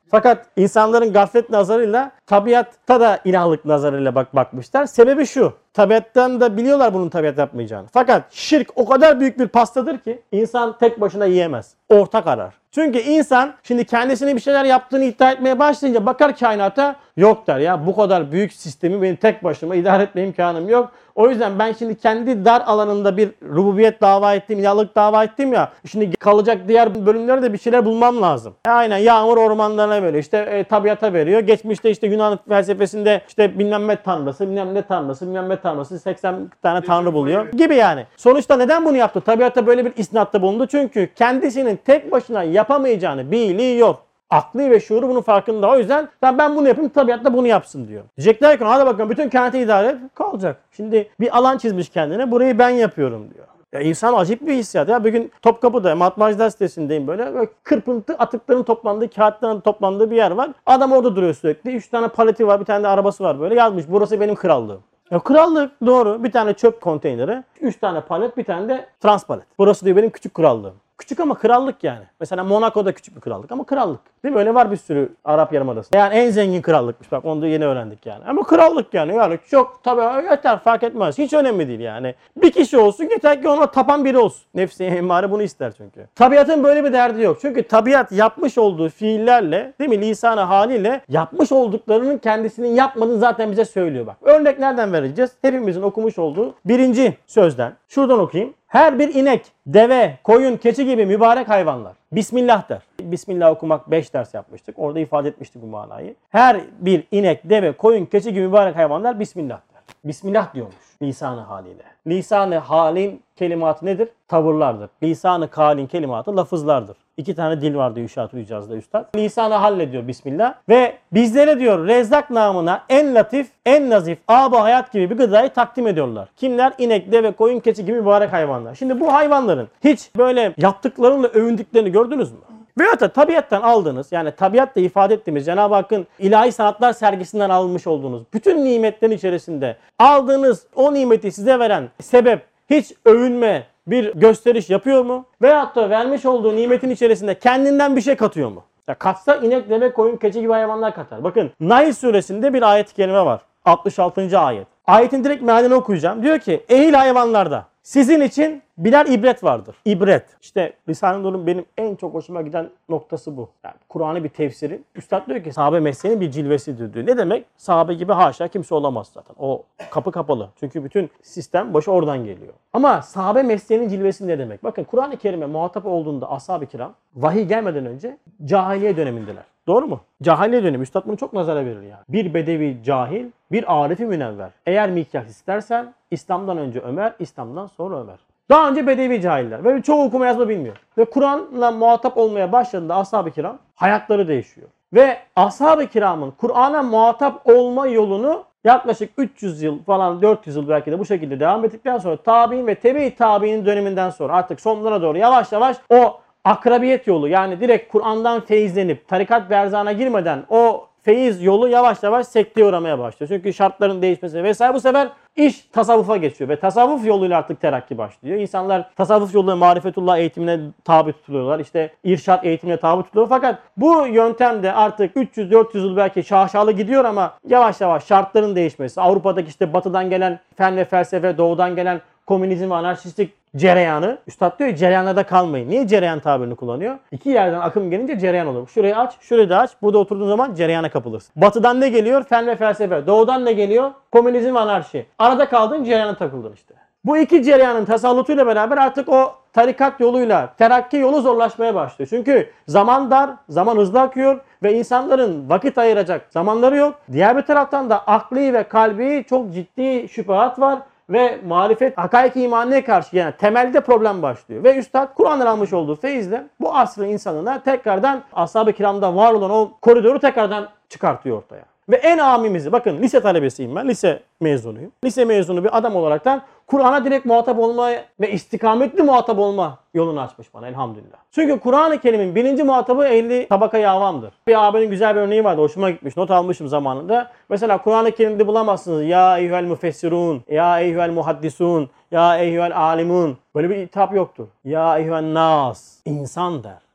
Fakat insanların gaflet nazarıyla tabiatta da ilahlık nazarıyla bakmışlar. Sebebi şu. Tabiattan da biliyorlar bunun tabiat yapmayacağını. Fakat şirk o kadar büyük bir pastadır ki insan tek başına yiyemez. Ortak arar. Çünkü insan şimdi kendisine bir şeyler yaptığını iddia etmeye başlayınca bakar kainata, yok der ya, bu kadar büyük sistemi benim tek başıma idare etme imkanım yok. O yüzden ben şimdi kendi dar alanında bir rububiyet dava ettim, ilahlık dava ettim ya. Şimdi kalacak diğer bölümlerde de bir şeyler bulmam lazım. Aynen, yağmur ormanlarına veriyor, işte tabiata veriyor. Geçmişte işte Yunan felsefesinde işte bilmem ne tanrısı, bilmem ne tanrısı, bilmem ne tanrısı 80 tane tanrı buluyor gibi yani. Sonuçta neden bunu yaptı? Tabiata böyle bir isnatta bulundu. Çünkü kendisinin tek başına yapamayacağını biliyor. Aklı ve şuuru bunun farkında. O yüzden ben bunu yapayım, tabiat da bunu yapsın diyor. Diyecekler ki hadi bakalım bütün kainatı idare et, kalacak. Şimdi bir alan çizmiş kendine, burayı ben yapıyorum diyor. Ya insan acayip bir hissiyat. Ya bir gün Topkapı'da matbaacılar sitesindeyim böyle kırpıntı atıkların toplandığı, kağıtların toplandığı bir yer var. Adam orada duruyor sürekli. 3 tane paleti var, bir tane de arabası var böyle. Yazmış burası benim krallığım. Ya krallık doğru. Bir tane çöp konteyneri, 3 tane palet, bir tane de transpalet. Burası diyor benim küçük krallığım. Küçük ama krallık yani. Mesela Monaco'da küçük bir krallık ama krallık. Değil mi? Öyle var bir sürü Arap Yarımadası. Yani en zengin krallıkmış. Bak onu da yeni öğrendik yani. Ama krallık yani. Yani çok tabii yeter, fark etmez. Hiç önemli değil yani. Bir kişi olsun, yeter ki ona tapan biri olsun. Nefsi emmare bunu ister çünkü. Tabiatın böyle bir derdi yok. Çünkü tabiat yapmış olduğu fiillerle, değil mi, lisan-ı haliyle yapmış olduklarının kendisinin yapmadığını zaten bize söylüyor bak. Örnek nereden vereceğiz? Hepimizin okumuş olduğu birinci sözden. Şuradan okuyayım. Her bir inek, deve, koyun, keçi gibi mübarek hayvanlar Bismillah der. Bismillah okumak 5 ders yapmıştık. Orada ifade etmiştik bu manayı. Her bir inek, deve, koyun, keçi gibi mübarek hayvanlar Bismillah der. Bismillah diyormuş lisan-ı haliyle. Lisan-ı halin kelimatı nedir? Tavırlardır. Lisan-ı kalin kelimatı lafızlardır. 2 tane dil var diyor Üşat-ı Hicaz'da üstad. Lisan-ı halle diyor Bismillah. Ve bizlere diyor Rezzak namına en latif, en nazif, âb-ı hayat gibi bir gıdayı takdim ediyorlar. Kimler? İnek, deve, koyun, keçi gibi mübarek hayvanlar. Şimdi bu hayvanların hiç böyle yaptıklarıyla övündüklerini gördünüz mü? Veyahut da tabiattan aldığınız, yani tabiatta ifade ettiğimiz Cenab-ı Hakk'ın ilahi sanatlar sergisinden almış olduğunuz bütün nimetlerin içerisinde aldığınız o nimeti size veren sebep hiç övünme, bir gösteriş yapıyor mu? Veyahut da vermiş olduğu nimetin içerisinde kendinden bir şey katıyor mu? Ya katsa inek, deve, koyun, keçi gibi hayvanlar katar. Bakın Nahl suresinde bir ayet-i kerime var. 66. ayet. Ayetin direkt mealini okuyacağım. Diyor ki ehil hayvanlarda sizin için birer ibret vardır. İbret. İşte Risale-i Nur'un benim en çok hoşuma giden noktası bu. Yani Kur'an'ı bir tefsiri. Üstad diyor ki sahabe mesleğinin bir cilvesidir diyor. Ne demek? Sahabe gibi haşa kimse olamaz zaten. O kapı kapalı. Çünkü bütün sistem başı oradan geliyor. Ama sahabe mesleğinin cilvesi ne demek? Bakın Kur'an-ı Kerim'e muhatap olduğunda ashab-ı kiram vahiy gelmeden önce cahiliye dönemindeler. Doğru mu? Cahiliye dönemi. Üstad bunu çok nazara verir yani. Bir bedevi cahil, bir arifi münevver. Eğer mikyas istersen İslam'dan önce Ömer, İslam'dan sonra Ömer. Daha önce bedevi cahiller ve çoğu okuma yazma bilmiyor. Ve Kur'an'la muhatap olmaya başladığında ashab-ı kiram hayatları değişiyor. Ve ashab-ı kiramın Kur'an'a muhatap olma yolunu yaklaşık 300 yıl falan 400 yıl belki de bu şekilde devam ettikten sonra tabi'in ve tebe-i tabi'in döneminden sonra artık sonlara doğru yavaş yavaş o akrabiyet yolu, yani direkt Kur'an'dan feyizlenip tarikat berzana girmeden o feyiz yolu yavaş yavaş sekteye uğramaya başlıyor. Çünkü şartların değişmesi vesaire bu sefer iş tasavvufa geçiyor ve tasavvuf yoluyla artık terakki başlıyor. İnsanlar tasavvuf yoluyla marifetullah eğitimine tabi tutuluyorlar. İşte irşat eğitimine tabi tutuluyor. Fakat bu yöntemde artık 300-400 yıl belki şaşalı gidiyor ama yavaş yavaş şartların değişmesi, Avrupa'daki işte batıdan gelen fen ve felsefe, doğudan gelen komünizm ve anarşistlik cereyanı. Üstad diyor ki cereyanlarda kalmayın. Niye cereyan tabirini kullanıyor? İki yerden akım gelince cereyan olur. Şurayı aç, şurayı da aç. Burada oturduğun zaman cereyana kapılırsın. Batıdan ne geliyor? Fen ve felsefe. Doğudan ne geliyor? Komünizm ve anarşi. Arada kaldın, cereyana takıldın işte. Bu iki cereyanın tasallutuyla beraber artık o tarikat yoluyla terakki yolu zorlaşmaya başlıyor. Çünkü zaman dar, zaman hızlı akıyor ve insanların vakit ayıracak zamanları yok. Diğer bir taraftan da akli ve kalbi çok ciddi şüpheler var. Ve marifet, hakaik-i imaniye karşı yani temelde problem başlıyor. Ve Üstad Kur'an'dan almış olduğu feyizle bu asrın insanına tekrardan ashab-ı kiramda var olan o koridoru tekrardan çıkartıyor ortaya. Ve en amimizi, bakın lise talebesiyim ben, lise mezunuyum. Lise mezunu bir adam olaraktan Kur'an'a direkt muhatap olma ve istikametli muhatap olma yolunu açmış bana elhamdülillah. Çünkü Kur'an-ı Kerim'in birinci muhatabı ehli tabaka-i avamdır. Bir abinin güzel bir örneği vardı, hoşuma gitmiş, not almışım zamanında. Mesela Kur'an-ı Kerim'de bulamazsınız ya eyyuhel müfessirun, ya eyyuhel muhaddisun, ya eyyuhel alimun. Böyle bir hitap yoktur. Ya eyyuhen nas, insan der.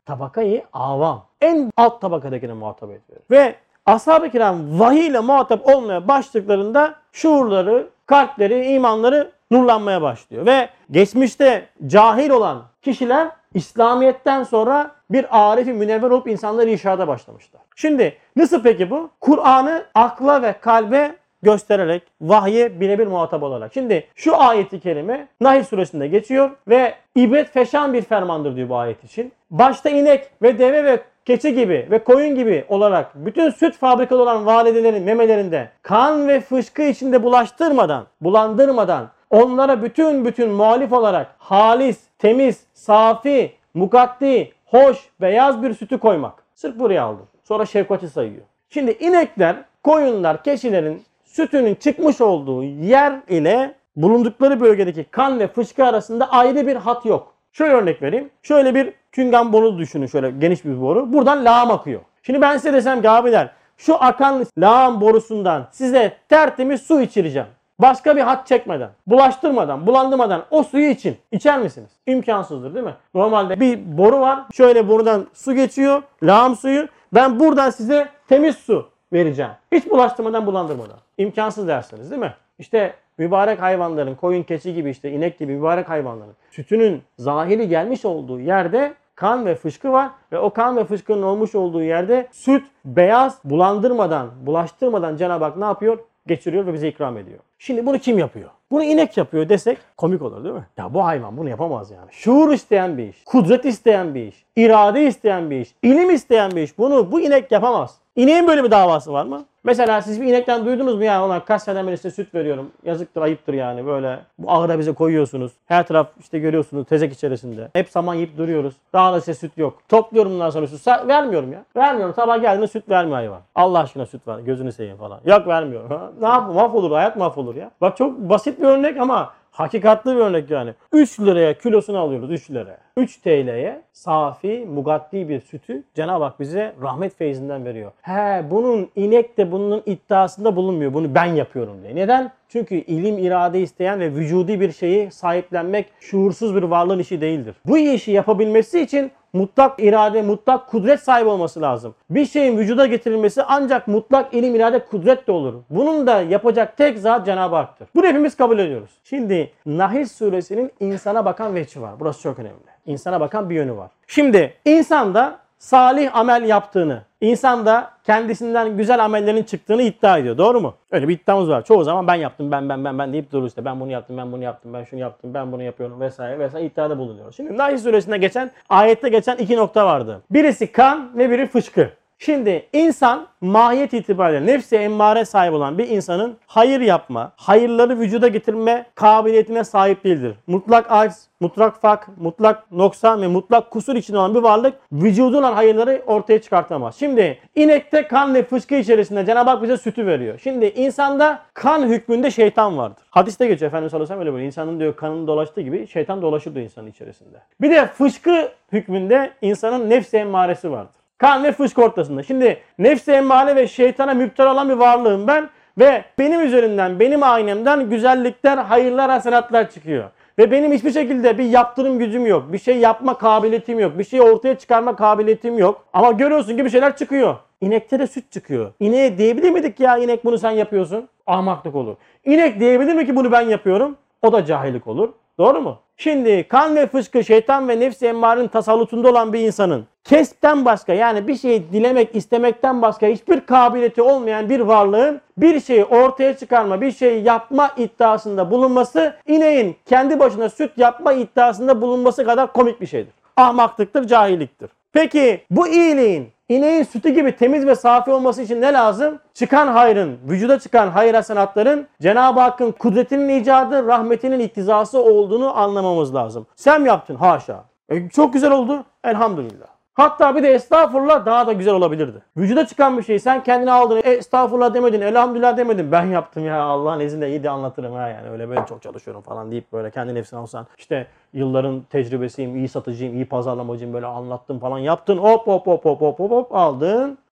tabakayı avam. En alt tabakadakine muhatap ediyor. Ve ashab-ı kiram vahiy ile muhatap olmaya başladıklarında şuurları, kalpleri, imanları nurlanmaya başlıyor. Ve geçmişte cahil olan kişiler İslamiyet'ten sonra bir arifi münevver olup insanları irşada başlamışlar. Şimdi nasıl peki bu? Kur'an'ı akla ve kalbe göstererek, vahye birebir muhatap olarak. Şimdi şu ayeti kerime Nahl suresinde geçiyor ve ibret feşan bir fermandır diyor bu ayet için. Başta inek ve deve ve keçi gibi ve koyun gibi olarak bütün süt fabrikalı olan validelerin memelerinde kan ve fışkı içinde bulandırmadan onlara bütün muhalif olarak halis, temiz, safi, mukaddi, hoş, beyaz bir sütü koymak. Sırf buraya aldım. Sonra şefkati sayıyor. Şimdi inekler, koyunlar, keçilerin sütünün çıkmış olduğu yer ile bulundukları bölgedeki kan ve fışkı arasında ayrı bir hat yok. Şöyle örnek vereyim. Şöyle bir küngan boru düşünün, şöyle geniş bir boru. Buradan lağım akıyor. Şimdi ben size desem ki abiler şu akan lağım borusundan size tertemiz su içireceğim. Başka bir hat çekmeden, bulaştırmadan, bulandırmadan o suyu için. İçer misiniz? İmkansızdır değil mi? Normalde bir boru var. Şöyle borudan su geçiyor. Lağım suyu. Ben buradan size temiz su vereceğim. Hiç bulaştırmadan, bulandırmadan. İmkansız dersiniz değil mi? İşte mübarek hayvanların, koyun, keçi gibi işte inek gibi mübarek hayvanların sütünün zahiri gelmiş olduğu yerde kan ve fışkı var ve o kan ve fışkının olmuş olduğu yerde süt beyaz, bulandırmadan, bulaştırmadan Cenab-ı Hak ne yapıyor? Geçiriyor ve bize ikram ediyor. Şimdi bunu kim yapıyor? Bunu inek yapıyor desek komik olur değil mi? Ya bu hayvan bunu yapamaz yani. Şuur isteyen bir iş, kudret isteyen bir iş, irade isteyen bir iş, ilim isteyen bir iş. Bunu bu inek yapamaz. İneğin böyle bir davası var mı? Mesela siz bir inekten duydunuz mu ya ona kaç seneden beri size süt veriyorum. Yazıktır, ayıptır yani böyle. Bu ahıra bize koyuyorsunuz. Her taraf işte görüyorsunuz tezek içerisinde. Hep saman yiyip duruyoruz. Daha da size süt yok. Topluyorum bundan sonra süt. Vermiyorum ya. Vermiyorum. Sabah geldiğinde süt vermiyor hayvan. Allah aşkına süt ver. Gözünü seveyim falan. Yok vermiyorum. Ha? Ne yapayım? Mahvolur. Hayat mahvolur ya. Bak çok basit bir örnek ama hakikatli bir örnek yani. 3 liraya kilosunu alıyoruz 3 liraya. 3 TL'ye safi, mugaddi bir sütü Cenab-ı Hak bize rahmet feyzinden veriyor. Bunun inek de bunun iddiasında bulunmuyor. Bunu ben yapıyorum diye. Neden? Çünkü ilim, irade isteyen ve vücudi bir şeyi sahiplenmek şuursuz bir varlığın işi değildir. Bu işi yapabilmesi için mutlak irade, mutlak kudret sahibi olması lazım. Bir şeyin vücuda getirilmesi ancak mutlak ilim, irade, kudret de olur. Bunun da yapacak tek zat Cenab-ı Hak'tır. Bunu hepimiz kabul ediyoruz. Şimdi Nahl suresinin insana bakan veçhi var. Burası çok önemli. İnsana bakan bir yönü var. Şimdi insanda salih amel yaptığını, insan da kendisinden güzel amellerin çıktığını iddia ediyor. Doğru mu? Öyle bir iddiamız var. Çoğu zaman ben yaptım, ben deyip durur işte. Ben bunu yaptım, ben bunu yaptım, ben şunu yaptım, ben bunu yapıyorum vesaire iddiada bulunuyoruz. Şimdi Nahl suresinde geçen, ayette geçen 2 nokta vardı. Birisi kan ve biri fışkı. Şimdi insan mahiyet itibariyle nefsi emmare sahip olan bir insanın hayır yapma, hayırları vücuda getirme kabiliyetine sahip değildir. Mutlak acz, mutlak fak, mutlak noksan ve mutlak kusur içinde olan bir varlık vücudu olan hayırları ortaya çıkartamaz. Şimdi inekte kan ve fışkı içerisinde Cenab-ı Hak bize sütü veriyor. Şimdi insanda kan hükmünde şeytan vardır. Hadiste geçiyor Efendimiz sallallahu aleyhi ve sellem öyle böyle. İnsanın diyor kanının dolaştığı gibi şeytan dolaşır diyor insanın içerisinde. Bir de fışkı hükmünde insanın nefsi emmaresi vardır. Kan ve fışkı ortasında. Şimdi nefsi emmare ve şeytana müptela olan bir varlığım ben ve benim üzerimden, benim ailemden güzellikler, hayırlar, hasenatlar çıkıyor. Ve benim hiçbir şekilde bir yaptırım gücüm yok. Bir şey yapma kabiliyetim yok. Bir şeyi ortaya çıkarma kabiliyetim yok. Ama görüyorsun ki bir şeyler çıkıyor. İnekte de süt çıkıyor. İneğe diyebilir miydik ya inek bunu sen yapıyorsun? Ahmaklık olur. İnek diyebilir mi ki bunu ben yapıyorum? O da cahillik olur. Doğru mu? Şimdi kan ve fışkı, şeytan ve nefsi emmarenin tasallutunda olan bir insanın kespten başka yani bir şeyi dilemek, istemekten başka hiçbir kabiliyeti olmayan bir varlığın bir şeyi ortaya çıkarma, bir şeyi yapma iddiasında bulunması ineğin kendi başına süt yapma iddiasında bulunması kadar komik bir şeydir. Ahmaklıktır, cahilliktir. Peki bu iyiliğin ineğin sütü gibi temiz ve safi olması için ne lazım? Çıkan hayrın, vücuda çıkan hayır hasenatların Cenab-ı Hakk'ın kudretinin icadı, rahmetinin iktizası olduğunu anlamamız lazım. Sen yaptın, haşa. Çok güzel oldu, elhamdülillah. Hatta bir de estağfurullah daha da güzel olabilirdi. Vücuda çıkan bir şeyi sen kendine aldın, estağfurullah demedin, elhamdülillah demedin. Ben yaptım ya Allah'ın izniyle iyi de anlatırım ha yani öyle böyle çok çalışıyorum falan deyip böyle kendi nefsine alsan işte yılların tecrübesiyim, iyi satıcıyım, iyi pazarlamacıyım böyle anlattım falan yaptın hop aldın.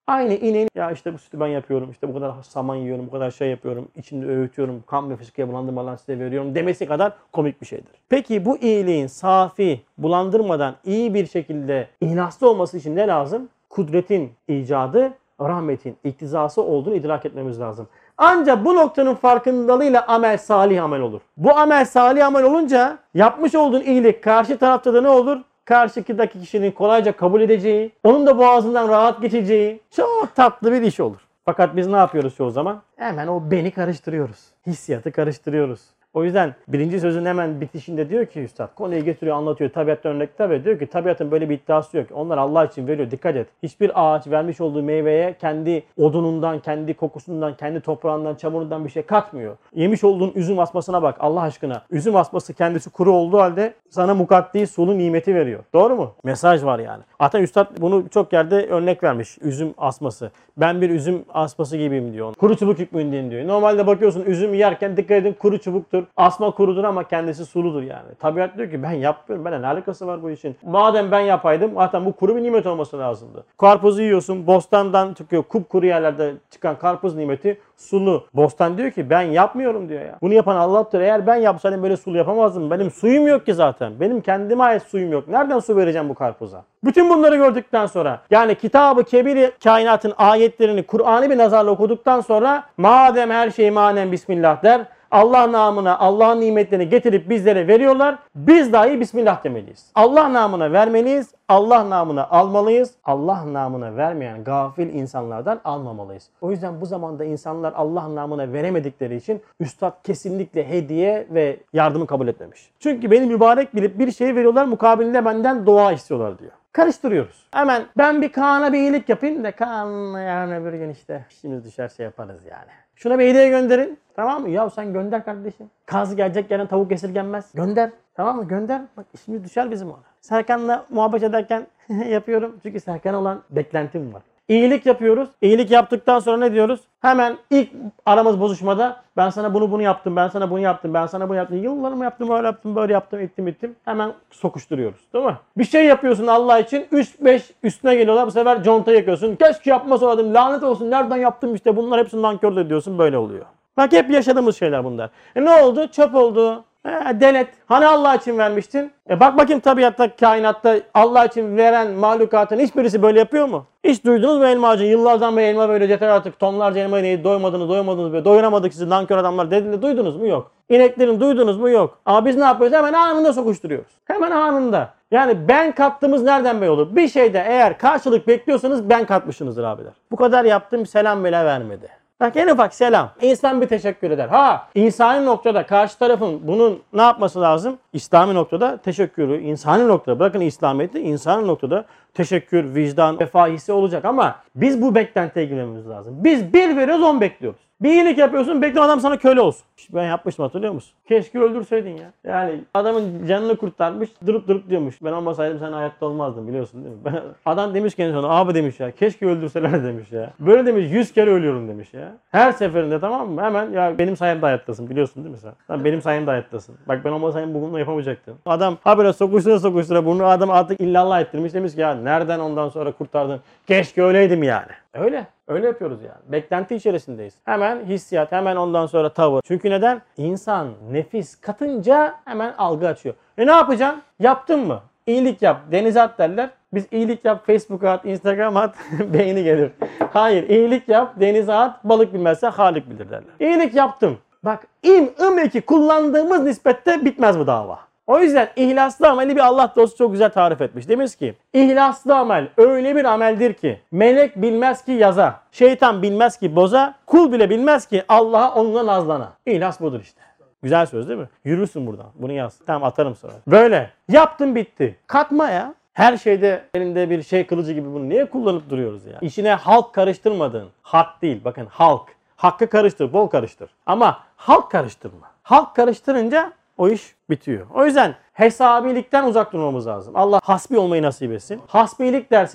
Aynı ineğin ya işte bu sütü ben yapıyorum, işte bu kadar saman yiyorum, bu kadar şey yapıyorum, içinde öğütüyorum, kan ve fıskiye bulandırmadan size veriyorum demesi kadar komik bir şeydir. Peki bu iyiliğin safi, bulandırmadan iyi bir şekilde ihlaslı olması için ne lazım? Kudretin icadı, rahmetin iktizası olduğunu idrak etmemiz lazım. Ancak bu noktanın farkındalığıyla amel salih amel olur. Bu amel salih amel olunca yapmış olduğun iyilik karşı tarafta da ne olur? Karşıdaki kişinin kolayca kabul edeceği, onun da boğazından rahat geçeceği çok tatlı bir iş olur. Fakat biz ne yapıyoruz çoğu zaman? Hemen o beni karıştırıyoruz. Hissiyatı karıştırıyoruz. O yüzden birinci sözün hemen bitişinde diyor ki üstad, konuyu getiriyor, anlatıyor, tabiatta örnek tabi. Diyor ki tabiatın böyle bir iddiası yok. Onlar Allah için veriyor, dikkat et. Hiçbir ağaç vermiş olduğu meyveye kendi odunundan, kendi kokusundan, kendi toprağından, çamurundan bir şey katmıyor. Yemiş olduğun üzüm asmasına bak Allah aşkına. Üzüm asması kendisi kuru olduğu halde sana mukaddi sulu nimeti veriyor. Doğru mu? Mesaj var yani. Hatta üstad bunu çok yerde örnek vermiş. Üzüm asması. Ben bir üzüm asması gibiyim diyor. Kuru çubuk hükmündeyim diyor. Normalde bakıyorsun üzüm yerken dikkat edin kuru çubuktur. Asma kurudur ama kendisi suludur yani. Tabiat diyor ki ben yapmıyorum. Bana ne alakası var bu işin? Madem ben yapaydım zaten bu kuru bir nimet olması lazımdı. Karpuzu yiyorsun. Bostandan çıkıyor. Kupkuru yerlerde çıkan karpuz nimeti sulu. Bostan diyor ki ben yapmıyorum diyor ya. Bunu yapan Allah'tır. Eğer ben yapsaydım böyle sulu yapamazdım. Benim suyum yok ki zaten. Benim kendime ait suyum yok. Nereden su vereceğim bu karpuza? Bütün bunları gördükten sonra yani Kitab-ı Kebir kainatın ayetlerini Kur'an'ı bir nazarla okuduktan sonra madem her şey manen Bismillah der. Allah namına Allah'ın nimetlerini getirip bizlere veriyorlar. Biz dahi Bismillah demeliyiz. Allah namına vermeliyiz. Allah namına almalıyız. Allah namına vermeyen gafil insanlardan almamalıyız. O yüzden bu zamanda insanlar Allah namına veremedikleri için üstad kesinlikle hediye ve yardımı kabul etmemiş. Çünkü beni mübarek bilip bir şey veriyorlar mukabilinde benden dua istiyorlar diyor. Karıştırıyoruz. Hemen ben bir Kaan'a bir iyilik yapayım da Kaan'la yarın öbür gün işte işimiz düşerse yaparız yani. Şuna bir hediye gönderin. Tamam mı? Ya sen gönder kardeşim. Kaz gelecek yarın tavuk esirgenmez. Gönder. Tamam mı? Gönder. Bak işimiz düşer bizim ona. Serkan'la muhabbet ederken yapıyorum. Çünkü Serkan olan beklentim var. İyilik yapıyoruz. İyilik yaptıktan sonra ne diyoruz? Hemen ilk aramız bozuşmada ben sana bunu yaptım, ben sana bunu yaptım, ben sana bunu yaptım. Yıllarımı yaptım, öyle yaptım, böyle yaptım, ettim. Hemen sokuşturuyoruz. Değil mi? Bir şey yapıyorsun Allah için. 3-5 üstüne geliyorlar. Bu sefer conta yakıyorsun. Keşke yapmasaydım. Lanet olsun. Nereden yaptım işte. Bunlar hepsini nankör ediyorsun. Böyle oluyor. Bak hep yaşadığımız şeyler bunlar. Ne oldu? Çöp oldu. Denet. Hani Allah için vermiştin? Bak bakayım tabiatta, kainatta Allah için veren mahlukatın hiçbirisi böyle yapıyor mu? Hiç duydunuz mu elma ağacı? Yıllardan beri elma böyle yeter artık. Tonlarca elma yedi. Doymadınız böyle. Doyuramadık sizi nankör adamlar dediğinde duydunuz mu? Yok. İneklerin duydunuz mu? Yok. Ama biz ne yapıyoruz? Hemen anında sokuşturuyoruz. Hemen anında. Yani ben kattığımız nereden belli olur? Bir şeyde eğer karşılık bekliyorsanız ben katmışsınızdır abiler. Bu kadar yaptım selam bile vermedi. Bak en ufak selam. İnsan bir teşekkür eder. İnsani noktada karşı tarafın bunun ne yapması lazım? İslami noktada teşekkürü, insani noktada bırakın İslamiyet'i, insani noktada teşekkür, vicdan, vefa hissi olacak ama biz bu beklentiye girmemiz lazım. Biz bir veriyoruz 10 bekliyoruz. Bir iyilik yapıyorsun bekle adam sana köle olsun. Ben yapmıştım hatırlıyor musun? Keşke öldürseydin ya. Yani adamın canını kurtarmış durup diyormuş. Ben olmasaydım sen hayatta olmazdın biliyorsun değil mi? Adam demiş kendisi ona abi demiş ya keşke öldürseler demiş ya. Böyle demiş 100 kere ölüyorum demiş ya. Her seferinde tamam mı? Hemen ya benim sayemde hayattasın biliyorsun değil mi sen? Sen benim sayemde hayattasın. Bak ben olmasaydım bunu yapamayacaktın. Adam böyle sokuştura bunu adam artık illallah ettirmiş demiş ki ya nereden ondan sonra kurtardın? Keşke öyleydim yani. Öyle yapıyoruz yani. Beklenti içerisindeyiz. Hemen hissiyat, hemen ondan sonra tavır. Çünkü neden? İnsan nefis katınca hemen algı açıyor. Ne yapacaksın? Yaptın mı? İyilik yap, denize at derler. Biz iyilik yap, Facebook'a at, Instagram'a at, beğeni gelir. Hayır, iyilik yap, denize at, balık bilmezse Halik bilir derler. İyilik yaptım. Bak, eki kullandığımız nispette bitmez bu dava. O yüzden ihlaslı ameli bir Allah dostu çok güzel tarif etmiş. Demiş ki ihlaslı amel öyle bir ameldir ki melek bilmez ki yaza, şeytan bilmez ki boza, kul bile bilmez ki Allah'a onunla nazlana. İhlas budur işte. Güzel söz değil mi? Yürürsün buradan. Bunu yaz. Tamam atarım sonra. Böyle. Yaptın bitti. Katma ya. Her şeyde elinde bir şey kılıcı gibi bunu niye kullanıp duruyoruz ya? İçine halk karıştırmadığın, hak değil bakın halk. Hakkı karıştır, bol karıştır. Ama halk karıştırma. Halk karıştırınca o iş bitiyor. O yüzden hesabilikten uzak durmamız lazım. Allah hasbi olmayı nasip etsin. Hasbilik derseni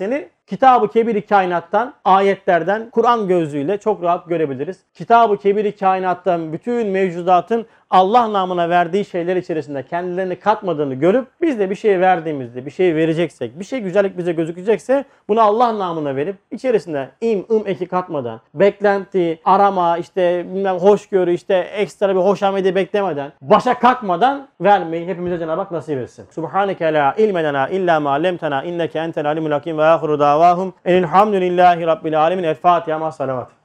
Kitab-ı Kebir-i Kainat'tan, ayetlerden Kur'an gözlüğüyle çok rahat görebiliriz. Kitab-ı Kebir-i Kainat'tan bütün mevcudatın Allah namına verdiği şeyler içerisinde kendilerini katmadığını görüp biz de bir şey verdiğimizde, bir şey vereceksek, bir şey güzellik bize gözükecekse bunu Allah namına verip içerisinde eki katmadan, beklenti, arama, işte bilmem hoşgörü, işte ekstra bir hoşamedi beklemeden, başa kalkmadan vermeyi hepimize Cenab-ı Hak nasip etsin. Subhaneke la ilme lena illa ma allamtana inneke entel alimul hakim ve ahiru davahum elhamdülillahi rabbil alemin. El Fatiha ma salavat.